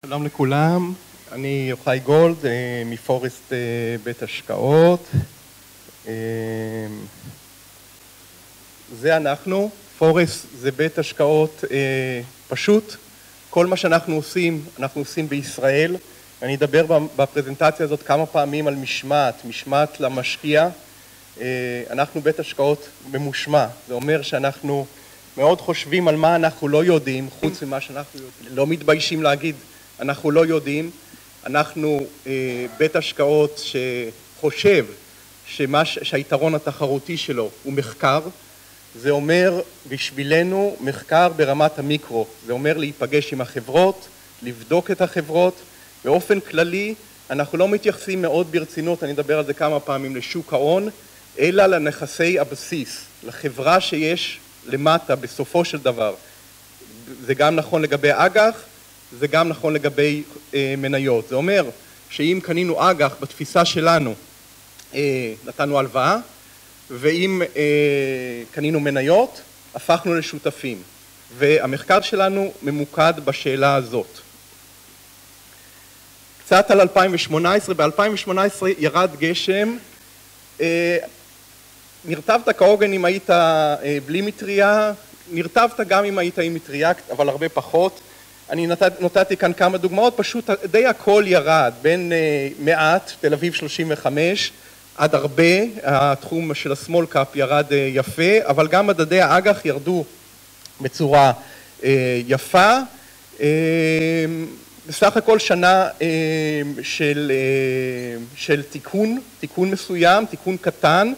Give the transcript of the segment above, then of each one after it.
שלום לכולם, אני יוחאי גולד מפורסט בית השקעות. זה אנחנו, פורסט זה בית השקעות פשוט. כל מה שאנחנו עושים, אנחנו עושים בישראל. אני אדבר בפרזנטציה הזאת כמה פעמים על משמעת למשקיע. אנחנו בית השקעות ממושמע, זה אומר שאנחנו מאוד חושבים על מה אנחנו לא יודעים, חוץ ממה שאנחנו לא מתביישים להגיד, אנחנו לא יודעים. אנחנו בית השקעות שחושב שהיתרון התחרותי שלו הוא מחקר. זה אומר בשבילנו מחקר ברמת המיקרו, זה אומר להיפגש עם החברות, לבדוק את החברות. באופן כללי אנחנו לא מתייחסים מאוד ברצינות, אני אדבר על זה כמה פעמים, לשוק ההון, אלא לנכסי הבסיס, לחברה שיש למטה בסופו של דבר. זה גם נכון לגבי אג"ח, זה גם נכון לגבי מניות. זה אומר שאם קנינו אג"ח בתפיסה שלנו, נתנו הלוואה, ואם קנינו מניות, הפכנו לשותפים. והמחקר שלנו ממוקד בשאלה הזאת. קצת על 2018, ב-2018 ירד גשם, נרטבת כהוגן אם היית בלי מטריה, נרטבת גם אם היית עם מטריה, אבל הרבה פחות. אני נתתי כאן כמה דוגמאות, פשוט די הכל ירד, בין מעט, תל אביב 35, עד הרבה, התחום של הסמול קאפ ירד יפה, אבל גם מדדי האג"ח ירדו בצורה יפה. בסך הכל שנה של תיקון מסוים, תיקון קטן,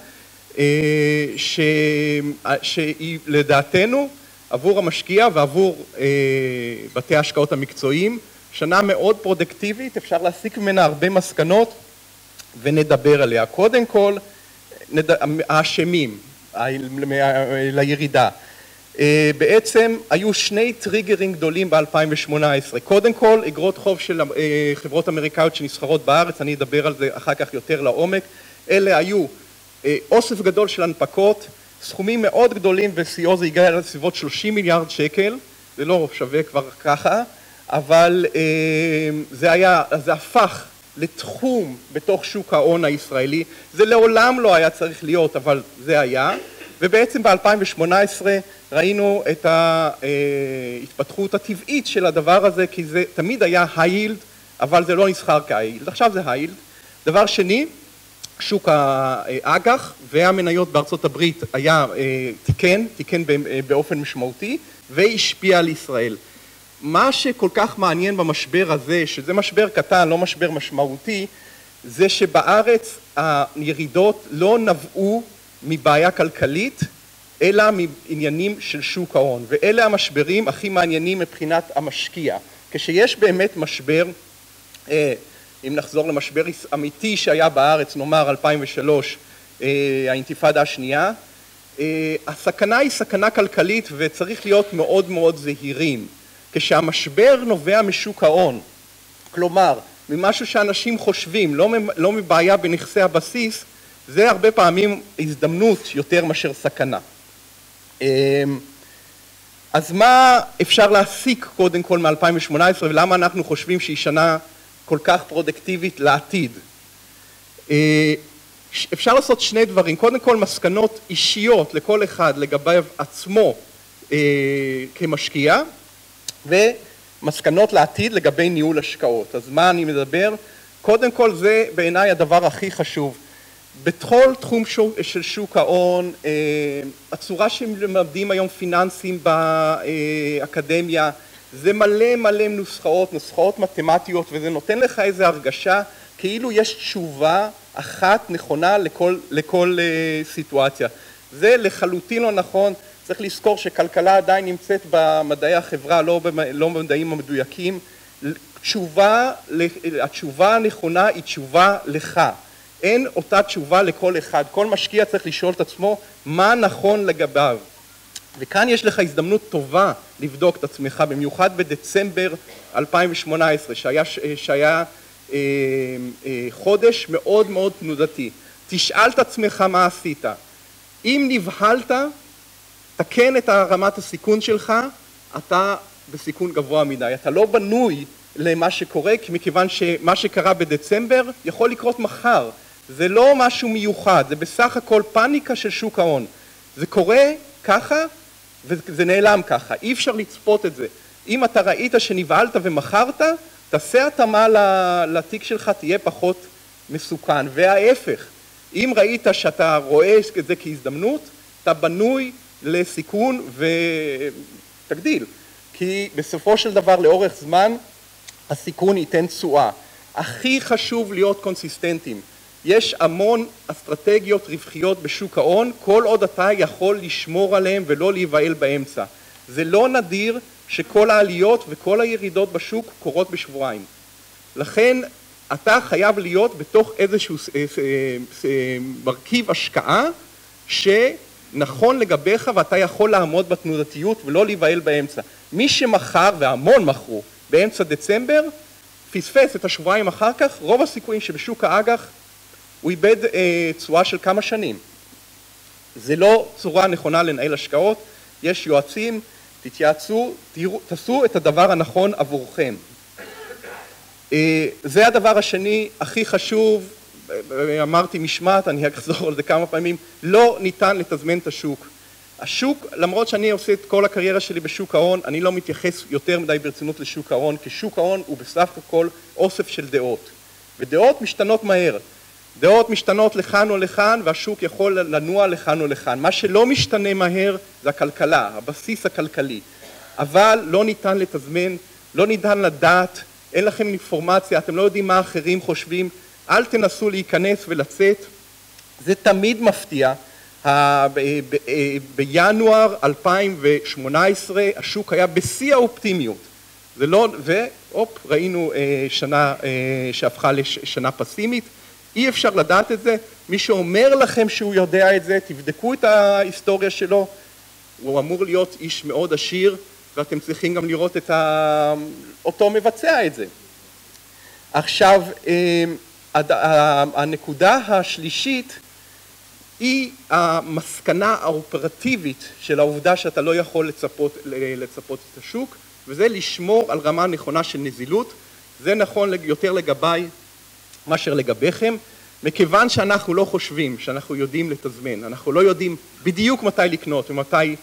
שהיא לדעתנו עבור המשקיע ועבור בתי ההשקעות המקצועיים, שנה מאוד פרודקטיבית, אפשר להסיק ממנה הרבה מסקנות ונדבר עליה. קודם כל, האשמים לירידה. בעצם היו שני טריגרים גדולים ב-2018. קודם כל, אגרות חוב של חברות אמריקאיות שנסחרות בארץ, אני אדבר על זה אחר כך יותר לעומק. אלה היו אוסף גדול של הנפקות, סכומים מאוד גדולים, ושיאו זה הגיע לסביבות 30 מיליארד שקל, זה לא שווה כבר ככה, אבל זה הפך לתחום בתוך שוק ההון הישראלי, זה לעולם לא היה צריך להיות, אבל זה היה, ובעצם ב-2018 ראינו את ההתפתחות הטבעית של הדבר הזה, כי זה תמיד היה היילד, אבל זה לא נסחר כהיילד, עכשיו זה היילד. דבר שני, שוק האג"ח והמניות בארצות הברית היה תיקן באופן משמעותי והשפיע על ישראל. מה שכל כך מעניין במשבר הזה, שזה משבר קטן, לא משבר משמעותי, זה שבארץ הירידות לא נבעו מבעיה כלכלית, אלא מעניינים של שוק ההון, ואלה המשברים הכי מעניינים מבחינת המשקיע. כשיש באמת משבר, אם נחזור למשבר אמיתי שהיה בארץ, נאמר 2003, האינתיפאדה השנייה, הסכנה היא סכנה כלכלית וצריך להיות מאוד מאוד זהירים. כשהמשבר נובע משוק ההון, כלומר, ממשהו שאנשים חושבים, לא מבעיה בנכסי הבסיס, זה הרבה פעמים הזדמנות יותר מאשר סכנה. אז מה אפשר להסיק קודם כל מ-2018 ולמה אנחנו חושבים שהיא שנה כל כך פרודקטיבית לעתיד? אפשר לעשות שני דברים, קודם כל מסקנות אישיות לכל אחד לגבי עצמו כמשקיע, ומסקנות לעתיד לגבי ניהול השקעות. אז מה אני מדבר? קודם כל זה בעיניי הדבר הכי חשוב. בכל תחום של שוק ההון, הצורה שמלמדים היום פיננסים באקדמיה, זה מלא נוסחאות מתמטיות, וזה נותן לך איזו הרגשה כאילו יש תשובה אחת נכונה לכל סיטואציה. זה לחלוטין לא נכון, צריך לזכור שכלכלה עדיין נמצאת במדעי החברה, לא במדעים המדויקים. התשובה הנכונה היא תשובה לך. אין אותה תשובה לכל אחד, כל משקיע צריך לשאול את עצמו מה נכון לגביו. וכאן יש לך הזדמנות טובה לבדוק את עצמך, במיוחד בדצמבר 2018, שהיה חודש מאוד מאוד תנודתי. תשאל את עצמך מה עשית. אם נבהלת, תקן את רמת הסיכון שלך, אתה בסיכון גבוה מדי. אתה לא בנוי למה שקורה, מכיוון שמה שקרה בדצמבר יכול לקרות מחר. זה לא משהו מיוחד, זה בסך הכל פאניקה של שוק ההון. זה קורה ככה וזה נעלם ככה, אי אפשר לצפות את זה. אם אתה ראית שנבהלת ומכרת, תעשה התאמה לתיק שלך, תהיה פחות מסוכן. וההפך, אם ראית שאתה רואה את זה כהזדמנות, אתה בנוי לסיכון ותגדיל. כי בסופו של דבר לאורך זמן הסיכון ייתן תשואה. הכי חשוב להיות קונסיסטנטים. יש המון אסטרטגיות רווחיות בשוק ההון, כל עוד אתה יכול לשמור עליהם ולא להיבהל באמצע. זה לא נדיר שכל העליות וכל הירידות בשוק קורות בשבועיים. לכן אתה חייב להיות בתוך איזשהו מרכיב השקעה שנכון לגביך ואתה יכול לעמוד בתנודתיות ולא להיבהל באמצע. מי שמכר, והמון מכרו, באמצע דצמבר, פספס את השבועיים אחר כך, רוב הסיכויים שבשוק האג"ח הוא איבד תשואה של כמה שנים. זה לא צורה נכונה לנהל השקעות, יש יועצים, תתייעצו, תעשו את הדבר הנכון עבורכם. זה הדבר השני הכי חשוב, אמרתי משמעת, אני אחזור על זה כמה פעמים, לא ניתן לתזמן את השוק. השוק, למרות שאני עושה את כל הקריירה שלי בשוק ההון, אני לא מתייחס יותר מדי ברצינות לשוק ההון, כי שוק ההון הוא בסך הכל אוסף של דעות. ודעות משתנות מהר. דעות משתנות לכאן או לכאן, והשוק יכול לנוע לכאן או לכאן. מה שלא משתנה מהר זה הכלכלה, הבסיס הכלכלי. אבל לא ניתן לתזמן, לא ניתן לדעת, אין לכם אינפורמציה, אתם לא יודעים מה אחרים חושבים, אל תנסו להיכנס ולצאת. זה תמיד מפתיע. בינואר 2018 השוק היה בשיא האופטימיות. זה לא, ראינו שנה שהפכה לשנה פסימית. אי אפשר לדעת את זה, מי שאומר לכם שהוא יודע את זה, תבדקו את ההיסטוריה שלו, הוא אמור להיות איש מאוד עשיר, ואתם צריכים גם לראות את אותו מבצע את זה. עכשיו, הנקודה השלישית היא המסקנה האופרטיבית של העובדה שאתה לא יכול לצפות את השוק, וזה לשמור על רמה נכונה של נזילות. זה נכון יותר לגביי מאשר לגביכם, מכיוון שאנחנו לא חושבים שאנחנו יודעים לתזמן, אנחנו לא יודעים בדיוק מתי לקנות ומתי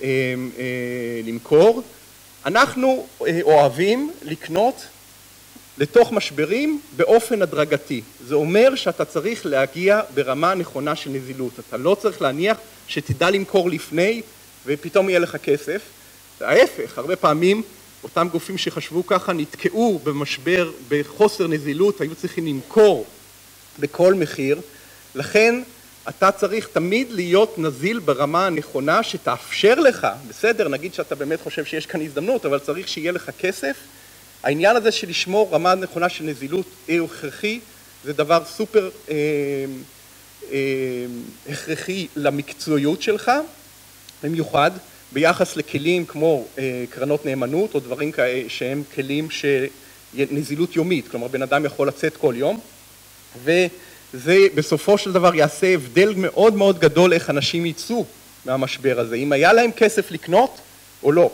למכור, אנחנו אוהבים לקנות לתוך משברים באופן הדרגתי. זה אומר שאתה צריך להגיע ברמה נכונה של נזילות, אתה לא צריך להניח שתדע למכור לפני ופתאום יהיה לך כסף. ההפך, הרבה פעמים אותם גופים שחשבו ככה נתקעו במשבר, בחוסר נזילות, היו צריכים למכור בכל מחיר. לכן אתה צריך תמיד להיות נזיל ברמה הנכונה שתאפשר לך, בסדר, נגיד שאתה באמת חושב שיש כאן הזדמנות, אבל צריך שיהיה לך כסף. העניין הזה של לשמור רמה נכונה של נזילות הכרחי, זה דבר סופר הכרחי למקצועיות שלך, במיוחד ביחס לכלים כמו קרנות נאמנות או דברים שהם כלים שנזילות יומית, כלומר בן אדם יכול לצאת כל יום, וזה בסופו של דבר יעשה הבדל מאוד מאוד גדול איך אנשים ייצאו מהמשבר הזה, אם היה להם כסף לקנות או לא.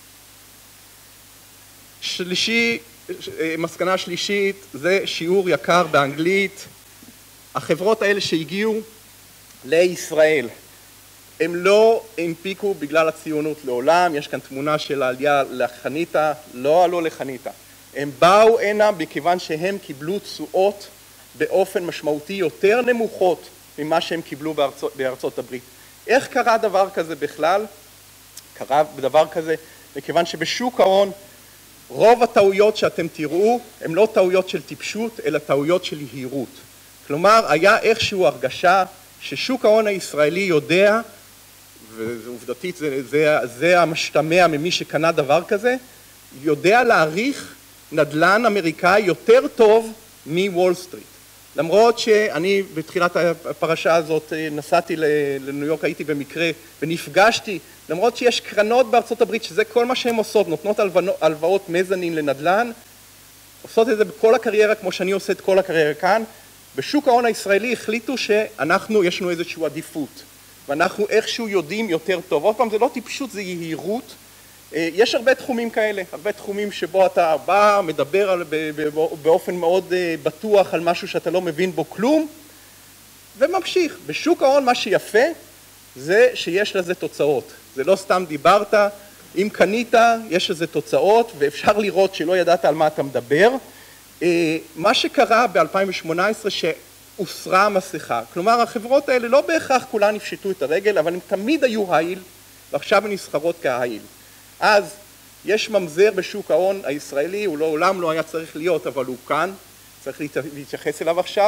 מסקנה שלישית, זה שיעור יקר באנגלית. החברות האלה שהגיעו לישראל, הם לא הנפיקו בגלל הציונות לעולם, יש כאן תמונה של העלייה לחניתה, לא עלו לחניתה. הם באו הנה מכיוון שהם קיבלו תשואות באופן משמעותי יותר נמוכות ממה שהם קיבלו בארצות הברית. איך קרה דבר כזה בכלל? קרה דבר כזה מכיוון שבשוק ההון רוב הטעויות שאתם תראו הן לא טעויות של טיפשות אלא טעויות של יהירות. כלומר היה איכשהו הרגשה ששוק ההון הישראלי יודע, ועובדתית זה המשתמע ממי שקנה דבר כזה, יודע להעריך נדל"ן אמריקאי יותר טוב מוול סטריט. למרות שאני בתחילת הפרשה הזאת נסעתי לניו יורק, הייתי במקרה ונפגשתי, למרות שיש קרנות בארצות הברית שזה כל מה שהן עושות, נותנות הלוואות מזנין לנדל"ן, עושות את זה בכל הקריירה כמו שאני עושה את כל הקריירה כאן, בשוק ההון הישראלי החליטו שאנחנו, יש לנו איזושהי עדיפות, ואנחנו איכשהו יודעים יותר טוב. עוד פעם, זה לא טיפשות, זה יהירות, יש הרבה תחומים כאלה, הרבה תחומים שבו אתה בא, מדבר באופן מאוד בטוח על משהו שאתה לא מבין בו כלום, וממשיך. בשוק ההון מה שיפה זה שיש לזה תוצאות. זה לא סתם דיברת, אם קנית יש לזה תוצאות, ואפשר לראות שלא ידעת על מה אתה מדבר. מה שקרה ב-2018 שהוסרה המסכה, כלומר החברות האלה לא בהכרח כולן הפשטו את הרגל, אבל הן תמיד היו העיל, ועכשיו הן נסחרות כהעיל. אז יש ממזר בשוק ההון הישראלי, הוא לעולם לא היה צריך להיות, אבל הוא כאן, צריך להתייחס אליו עכשיו.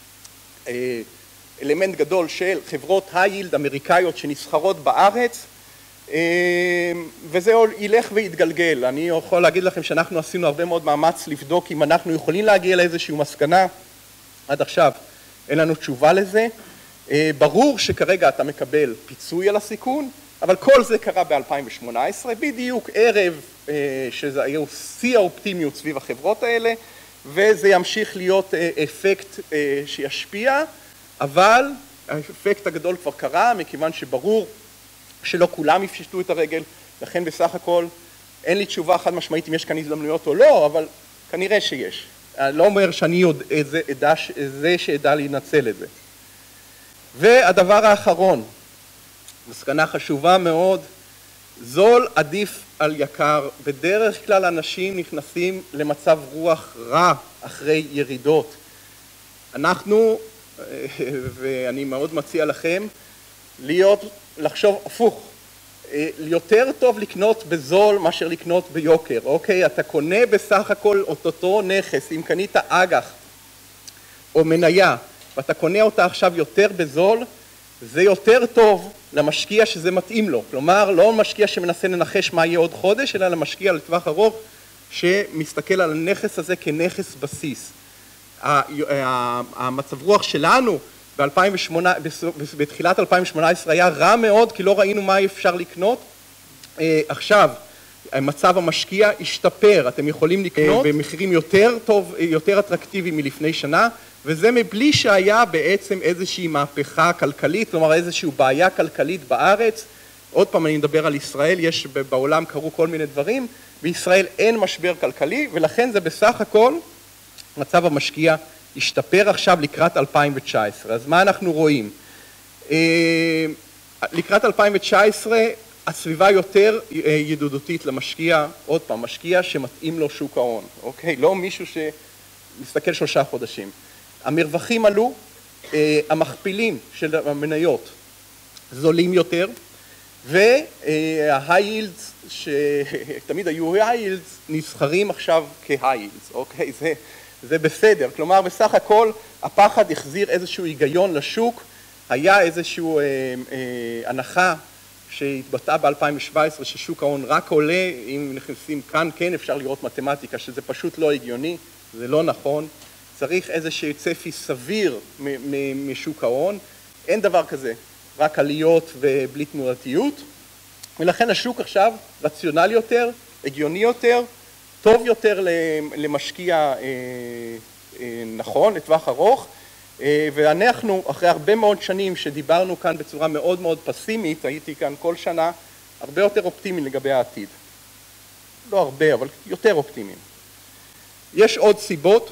אלמנט גדול של חברות היילד אמריקאיות שנסחרות בארץ, וזה ילך ויתגלגל. אני יכול להגיד לכם שאנחנו עשינו הרבה מאוד מאמץ לבדוק אם אנחנו יכולים להגיע לאיזושהי מסקנה. עד עכשיו אין לנו תשובה לזה. ברור שכרגע אתה מקבל פיצוי על הסיכון, אבל כל זה קרה ב-2018, בדיוק ערב שזה היה שיא האופטימיות סביב החברות האלה, וזה ימשיך להיות אפקט שישפיע, אבל האפקט הגדול כבר קרה, מכיוון שברור שלא כולם יפשטו את הרגל, לכן בסך הכל אין לי תשובה חד משמעית אם יש כאן הזדמנויות או לא, אבל כנראה שיש. אני לא אומר שאני זה שידע להינצל את זה. והדבר האחרון, מסקנה חשובה מאוד, זול עדיף על יקר. בדרך כלל אנשים נכנסים למצב רוח רע אחרי ירידות. אנחנו, ואני מאוד מציע לכם, לחשוב הפוך. יותר טוב לקנות בזול מאשר לקנות ביוקר, אוקיי? אתה קונה בסך הכל אותו נכס, אם קנית אג"ח או מניה, ואתה קונה אותה עכשיו יותר בזול, זה יותר טוב למשקיע שזה מתאים לו. כלומר, לא משקיע שמנסה לנחש מה יהיה עוד חודש, אלא למשקיע לטווח ארוך שמסתכל על הנכס הזה כנכס בסיס. המצב רוח שלנו בתחילת 2018 היה רע מאוד, כי לא ראינו מה אפשר לקנות. עכשיו, מצב המשקיע השתפר, אתם יכולים לקנות במחירים יותר טוב, יותר אטרקטיביים מלפני שנה, וזה מבלי שהיה בעצם איזושהי מהפכה כלכלית, כלומר איזושהי בעיה כלכלית בארץ. עוד פעם אני מדבר על ישראל, יש בעולם קרו כל מיני דברים, בישראל אין משבר כלכלי, ולכן זה בסך הכל מצב המשקיע השתפר עכשיו לקראת 2019. אז מה אנחנו רואים? לקראת 2019 הסביבה יותר ידידותית למשקיע, עוד פעם, משקיע שמתאים לו שוק ההון, אוקיי? לא מישהו שמסתכל 3 חודשים. המרווחים עלו, המכפילים של המניות זולים יותר, וה-high-yields שתמיד היו high-yields נסחרים עכשיו כ-high-yields, אוקיי? זה בסדר, כלומר בסך הכל הפחד החזיר איזשהו היגיון לשוק, היה איזשהו הנחה שהתבטאה ב-2017 ששוק ההון רק עולה, אם נכנסים כאן כן אפשר לראות מתמטיקה שזה פשוט לא הגיוני, זה לא נכון, צריך איזשהו צפי סביר משוק ההון, אין דבר כזה, רק עליות ובלי תנועתיות, ולכן השוק עכשיו רציונלי יותר, הגיוני יותר, טוב יותר למשקיע נכון, לטווח ארוך, ואנחנו אחרי הרבה מאוד שנים שדיברנו כאן בצורה מאוד מאוד פסימית, הייתי כאן כל שנה, הרבה יותר אופטימי לגבי העתיד. לא הרבה, אבל יותר אופטימיים. יש עוד סיבות,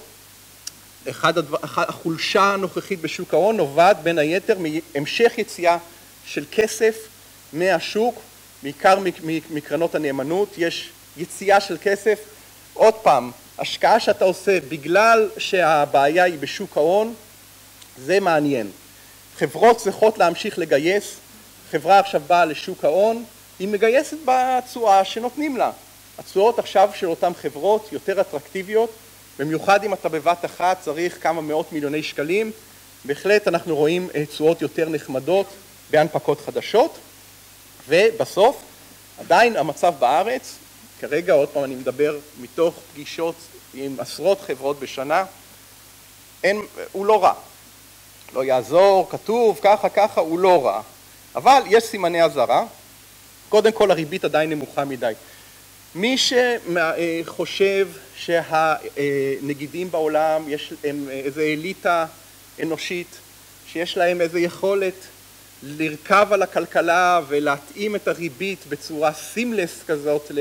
החולשה הנוכחית בשוק ההון נובעת בין היתר מהמשך יציאה של כסף מהשוק, בעיקר מקרנות הנאמנות, יש יציאה של כסף, עוד פעם, השקעה שאתה עושה בגלל שהבעיה היא בשוק ההון, זה מעניין. חברות צריכות להמשיך לגייס, חברה עכשיו באה לשוק ההון, היא מגייסת בתשואה שנותנים לה. התשואות עכשיו של אותן חברות יותר אטרקטיביות, במיוחד אם אתה בבת אחת צריך כמה מאות מיליוני שקלים, בהחלט אנחנו רואים תשואות יותר נחמדות בהנפקות חדשות, ובסוף עדיין המצב בארץ, כרגע עוד פעם אני מדבר מתוך פגישות עם עשרות חברות בשנה, הוא לא רע. לא יעזור, כתוב, ככה, הוא לא רע. אבל יש סימני אזהרה, קודם כל הריבית עדיין נמוכה מדי. מי שחושב שהנגידים בעולם, יש להם איזו אליטה אנושית, שיש להם איזו יכולת לרכב על הכלכלה ולהתאים את הריבית בצורה סימלס כזאת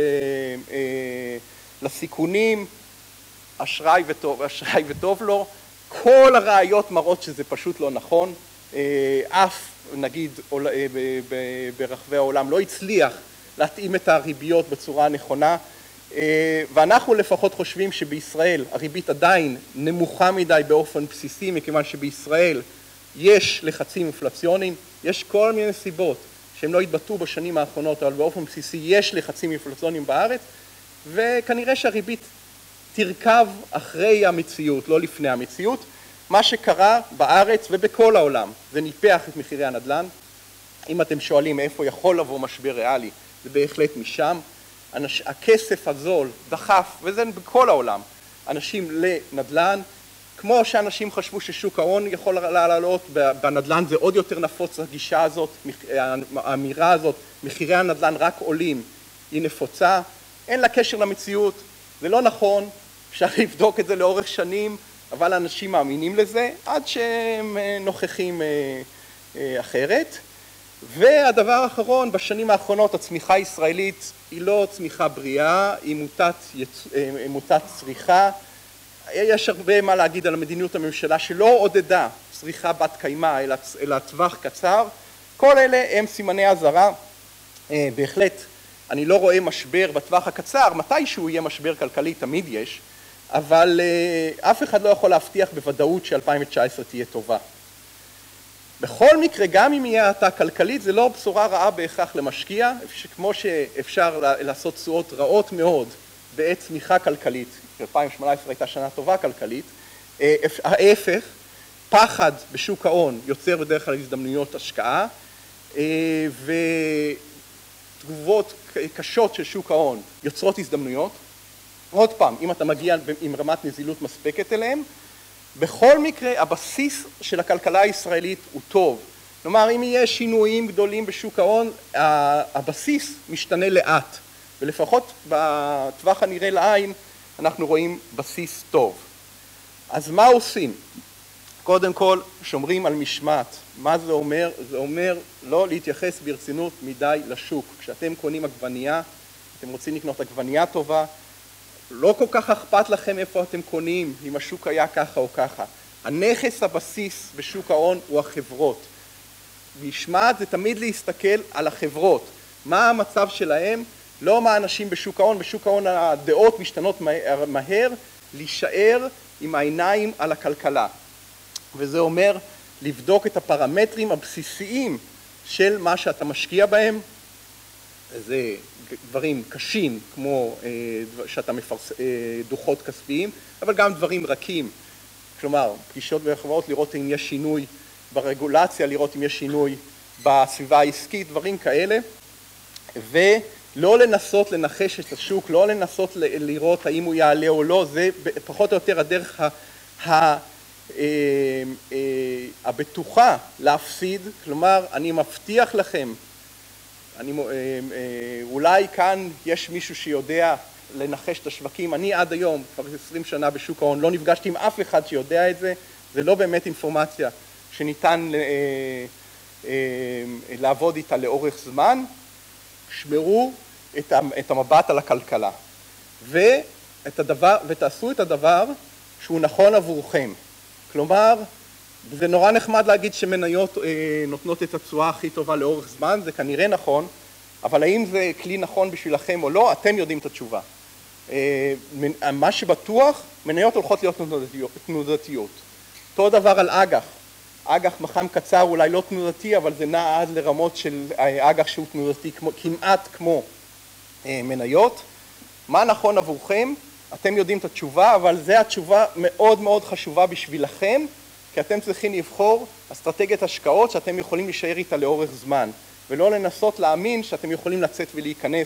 לסיכונים, אשראי וטוב לו. כל הראיות מראות שזה פשוט לא נכון. אף נגיד ברחבי העולם לא הצליח להתאים את הריביות בצורה הנכונה, ואנחנו לפחות חושבים שבישראל הריבית עדיין נמוכה מדי באופן בסיסי, מכיוון שבישראל יש לחצים אינפלציוניים, יש כל מיני סיבות שהם לא התבטאו בשנים האחרונות, אבל באופן בסיסי יש לחצים אינפלציוניים בארץ, וכנראה שהריבית תרכב אחרי המציאות, לא לפני המציאות. מה שקרה בארץ ובכל העולם, זה ניפח את מחירי הנדל"ן. אם אתם שואלים איפה יכול לבוא משבר ריאלי, זה בהחלט משם. הכסף הזול דחף, וזה בכל העולם, אנשים לנדל"ן, כמו שאנשים חשבו ששוק ההון יכול לעלות, בנדל"ן זה עוד יותר נפוץ, הגישה הזאת, האמירה הזאת, מחירי הנדל"ן רק עולים, היא נפוצה, אין לה קשר למציאות, זה לא נכון, אפשר לבדוק את זה לאורך שנים, אבל אנשים מאמינים לזה, עד שהם נוכחים אחרת. והדבר האחרון, בשנים האחרונות הצמיחה הישראלית היא לא צמיחה בריאה, היא מוטת צריכה. יש הרבה מה להגיד על המדיניות הממשלה שלא עודדה צריכה בת קיימא אלא טווח קצר. כל אלה הם סימני אזהרה. בהחלט אני לא רואה משבר בטווח הקצר, מתישהו יהיה משבר כלכלי, תמיד יש, אבל אף אחד לא יכול להבטיח בוודאות ש-2019 תהיה טובה. בכל מקרה, גם אם יהיה האטה כלכלית, זה לא בשורה רעה בהכרח למשקיע, כמו שאפשר לעשות תשואות רעות מאוד בעת צמיחה כלכלית, 2018 הייתה שנה טובה כלכלית, ההפך, פחד בשוק ההון יוצר בדרך כלל הזדמנויות השקעה, ותגובות קשות של שוק ההון יוצרות הזדמנויות. עוד פעם, אם אתה מגיע עם רמת נזילות מספקת אליהם, בכל מקרה הבסיס של הכלכלה הישראלית הוא טוב. כלומר, אם יהיה שינויים גדולים בשוק ההון, הבסיס משתנה לאט, ולפחות בטווח הנראה לעין אנחנו רואים בסיס טוב. אז מה עושים? קודם כל שומרים על משמעת. מה זה אומר? זה אומר לא להתייחס ברצינות מדי לשוק. כשאתם קונים עגבנייה, אתם רוצים לקנות עגבנייה טובה, לא כל כך אכפת לכם איפה אתם קונים, אם השוק היה ככה או ככה. הנכס הבסיס בשוק ההון הוא החברות. משמעת זה תמיד להסתכל על החברות. מה המצב שלהם? לא מה האנשים בשוק ההון. בשוק ההון הדעות משתנות מהר, להישאר עם העיניים על הכלכלה. וזה אומר לבדוק את הפרמטרים הבסיסיים של מה שאתה משקיע בהם. זה דברים קשים כמו שאתה מפרסם דוחות כספיים, אבל גם דברים רכים. כלומר, פגישות בחברות, לראות אם יש שינוי ברגולציה, לראות אם יש שינוי בסביבה העסקית, דברים כאלה. ולא לנסות לנחש את השוק, לא לנסות לראות האם הוא יעלה או לא, זה פחות או יותר הדרך הבטוחה להפסיד. כלומר, אני מבטיח לכם, אולי כאן יש מישהו שיודע לנחש את השווקים. אני עד היום, כבר 20 שנה בשוק ההון, לא נפגשתי עם אף אחד שיודע את זה. זה לא באמת אינפורמציה שניתן לעבוד איתה לאורך זמן. שמרו את המבט על הכלכלה. ותעשו את הדבר שהוא נכון עבורכם. כלומר, זה נורא נחמד להגיד שמניות נותנות את התשואה הכי טובה לאורך זמן, זה כנראה נכון, אבל האם זה כלי נכון בשבילכם או לא, אתם יודעים את התשובה. מה שבטוח, מניות הולכות להיות תנודתיות. אותו דבר על אג"ח. אג"ח מח"מ קצר אולי לא תנודתי, אבל זה נע עד לרמות של אג"ח שהוא תנודתי כמעט כמו מניות. מה נכון עבורכם? אתם יודעים את התשובה, אבל זו התשובה מאוד מאוד חשובה בשבילכם, כי אתם צריכים לבחור אסטרטגיית השקעות שאתם יכולים להישאר איתה לאורך זמן, ולא לנסות להאמין שאתם יכולים לצאת ולהיכנס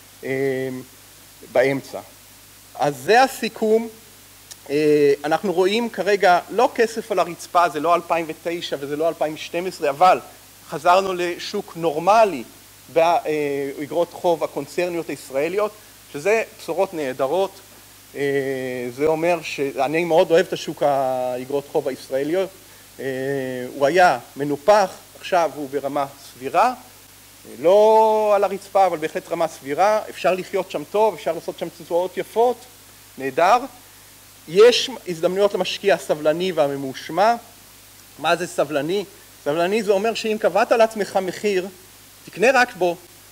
באמצע. אז זה הסיכום. אנחנו רואים כרגע לא כסף על הרצפה, זה לא 2009 וזה לא 2012, אבל חזרנו לשוק נורמלי באגרות חוב הקונצרניות הישראליות, שזה בשורות נהדרות. זה אומר שאני מאוד אוהב את השוק האגרות חוב הישראליות. הוא היה מנופח, עכשיו הוא ברמה סבירה, לא על הרצפה, אבל בהחלט רמה סבירה, אפשר לחיות שם טוב, אפשר לעשות שם תוצאות יפות, נהדר. יש הזדמנויות למשקיע הסבלני והממושמע. מה זה סבלני? סבלני זה אומר שאם קבעת לעצמך מחיר, תקנה רק בו,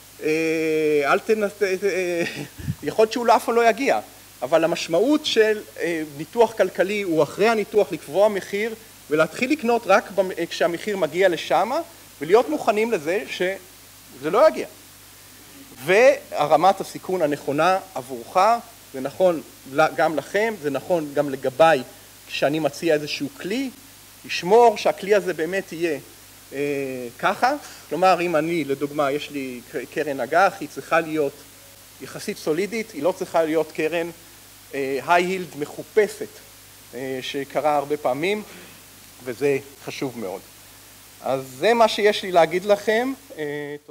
יכול להיות שהוא אף לא יגיע, אבל המשמעות של ניתוח כלכלי הוא אחרי הניתוח לקבוע מחיר ולהתחיל לקנות רק כשהמחיר מגיע לשם ולהיות מוכנים לזה שזה לא יגיע. והרמת הסיכון הנכונה עבורך, זה נכון גם לכם, זה נכון גם לגביי כשאני מציע איזשהו כלי, לשמור שהכלי הזה באמת יהיה ככה, כלומר אם אני לדוגמה יש לי קרן אג"ח, היא צריכה להיות יחסית סולידית, היא לא צריכה להיות קרן high-yield מחופשת שקרה הרבה פעמים וזה חשוב מאוד. אז זה מה שיש לי להגיד לכם.